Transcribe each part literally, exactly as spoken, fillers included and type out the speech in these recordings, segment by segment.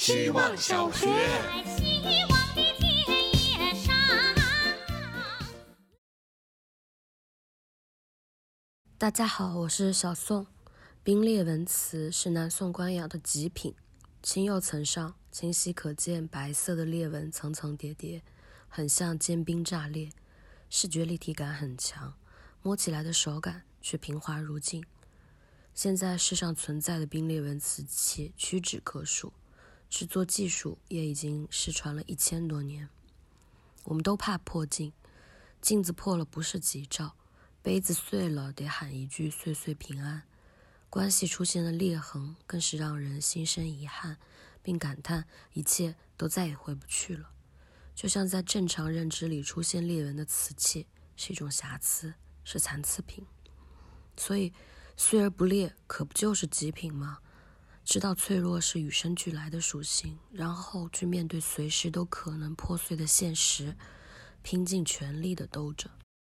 希望小学。 大家好，我是小宋。冰裂纹瓷是南宋官窑的极品，青釉层上清晰可见白色的裂纹层层叠叠，很像坚冰炸裂，视觉立体感很强，摸起来的手感却平滑如镜。现在世上存在的冰裂纹瓷器屈指可数，制作技术也已经失传了一千多年。我们都怕破镜，镜子破了不是吉兆，杯子碎了得喊一句岁岁平安，关系出现了裂痕更是让人心生遗憾，并感叹一切都再也回不去了。就像在正常认知里出现裂纹的瓷器是一种瑕疵，是残次品。所以碎而不裂可不就是极品吗？知道脆弱是与生俱来的属性，然后去面对随时都可能破碎的现实，拼尽全力的兜着。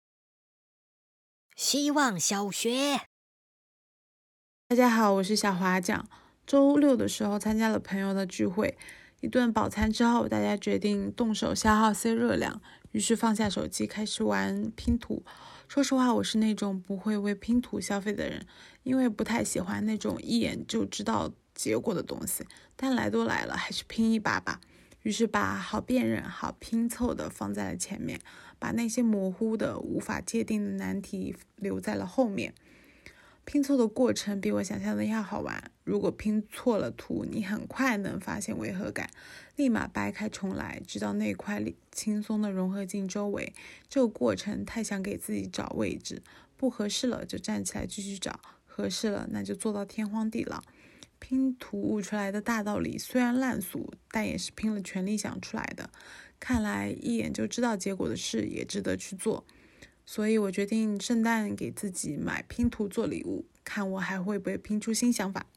希望小学。 大家好，我是小华酱。周六的时候参加了朋友的聚会，一顿饱餐之后，大家决定动手消耗些热量，于是放下手机开始玩拼图。说实话，我是那种不会为拼图消费的人，因为不太喜欢那种一眼就知道结果的东西，但来都来了，还是拼一把吧。于是把好辨认、好拼凑的放在了前面，把那些模糊的、无法界定的难题留在了后面。拼凑的过程比我想象的要好玩，如果拼错了图，你很快能发现违和感，立马掰开重来，直到那块轻松的融合进周围。这个过程太想给自己找位置，不合适了就站起来继续找，合适了那就做到天荒地老。拼图悟出来的大道理虽然烂俗，但也是拼了全力想出来的。看来一眼就知道结果的事也值得去做。所以我决定圣诞给自己买拼图做礼物，看我还会不会拼出新想法。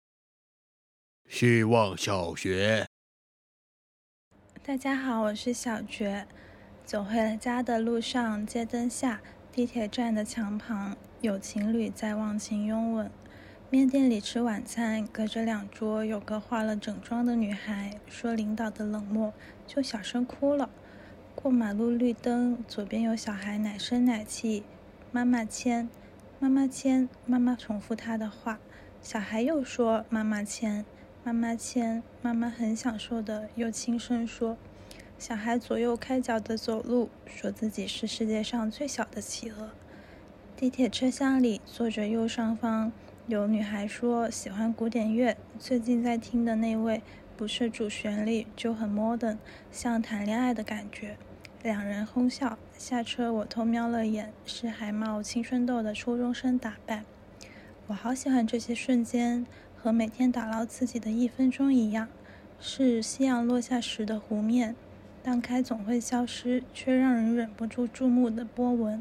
希望小学。 大家好，我是小觉。走回了家的路上，街灯下，地铁站的墙旁，有情侣在忘情拥吻。面店里吃晚餐，隔着两桌有个化了整妆的女孩，说领导的冷漠，就小声哭了。过马路绿灯，左边有小孩奶声奶气，妈妈牵，妈妈牵，妈妈重复她的话。小孩又说妈妈牵，妈妈牵，妈妈很享受的又轻声说。小孩左右开脚的走路，说自己是世界上最小的企鹅。地铁车厢里坐着右上方，有女孩说喜欢古典乐，最近在听的那位不是主旋律就很 modern， 像谈恋爱的感觉。两人哄笑，下车我偷瞄了眼，是还冒青春痘的初中生打扮。我好喜欢这些瞬间，和每天打捞自己的一分钟一样，是夕阳落下时的湖面，荡开总会消失，却让人忍不住注目的波纹。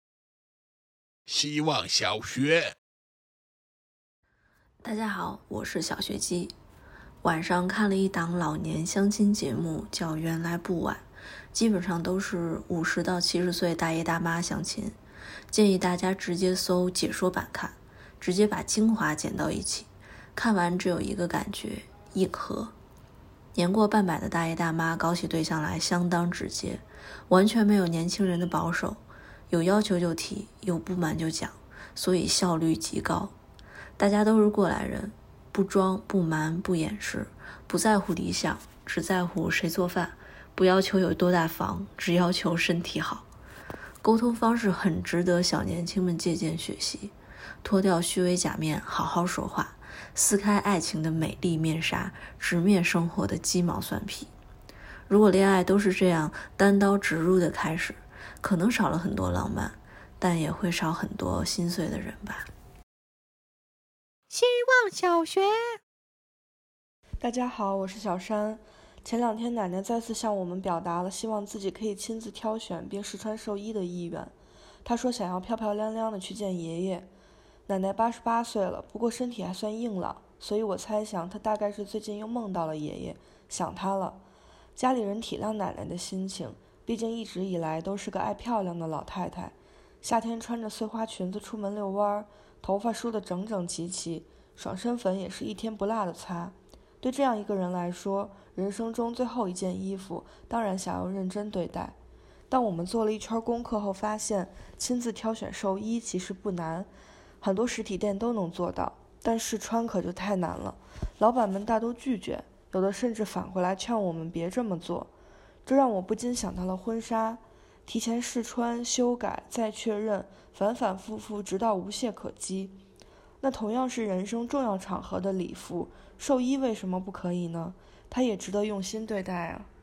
希望小学。 大家好，我是小学鸡。晚上看了一档老年相亲节目，叫《原来不晚》，基本上都是五十到七十岁大爷大妈相亲，建议大家直接搜解说版看，直接把精华剪到一起，看完只有一个感觉，硬核。年过半百的大爷大妈搞起对象来相当直接，完全没有年轻人的保守，有要求就提，有不满就讲，所以效率极高。大家都是过来人，不装不瞒不掩饰，不在乎理想，只在乎谁做饭，不要求有多大房，只要求身体好。沟通方式很值得小年轻们借鉴学习，脱掉虚伪假面，好好说话，撕开爱情的美丽面纱，直面生活的鸡毛蒜皮。如果恋爱都是这样单刀直入的开始，可能少了很多浪漫，但也会少很多心碎的人吧。 希望小学。 大家好，我是小山。前两天奶奶再次向我们表达了希望自己可以亲自挑选并试穿寿衣的意愿。她说想要漂漂亮亮的去见爷爷。奶奶八十八岁了，不过身体还算硬朗，所以我猜想她大概是最近又梦到了爷爷，想他了。家里人体谅奶奶的心情，毕竟一直以来都是个爱漂亮的老太太。夏天穿着碎花裙子出门遛弯，头发梳得整整齐齐，爽身粉也是一天不落的擦。 对这样一个人来说，人生中最后一件衣服当然想要认真对待。当我们做了一圈功课后发现，亲自挑选寿衣其实不难，很多实体店都能做到，但试穿可就太难了，老板们大都拒绝，有的甚至反过来劝我们别这么做。这让我不禁想到了婚纱，提前试穿、修改、再确认，反反复复，直到无懈可击。那同样是人生重要场合的礼服，寿衣为什么不可以呢？它也值得用心对待啊。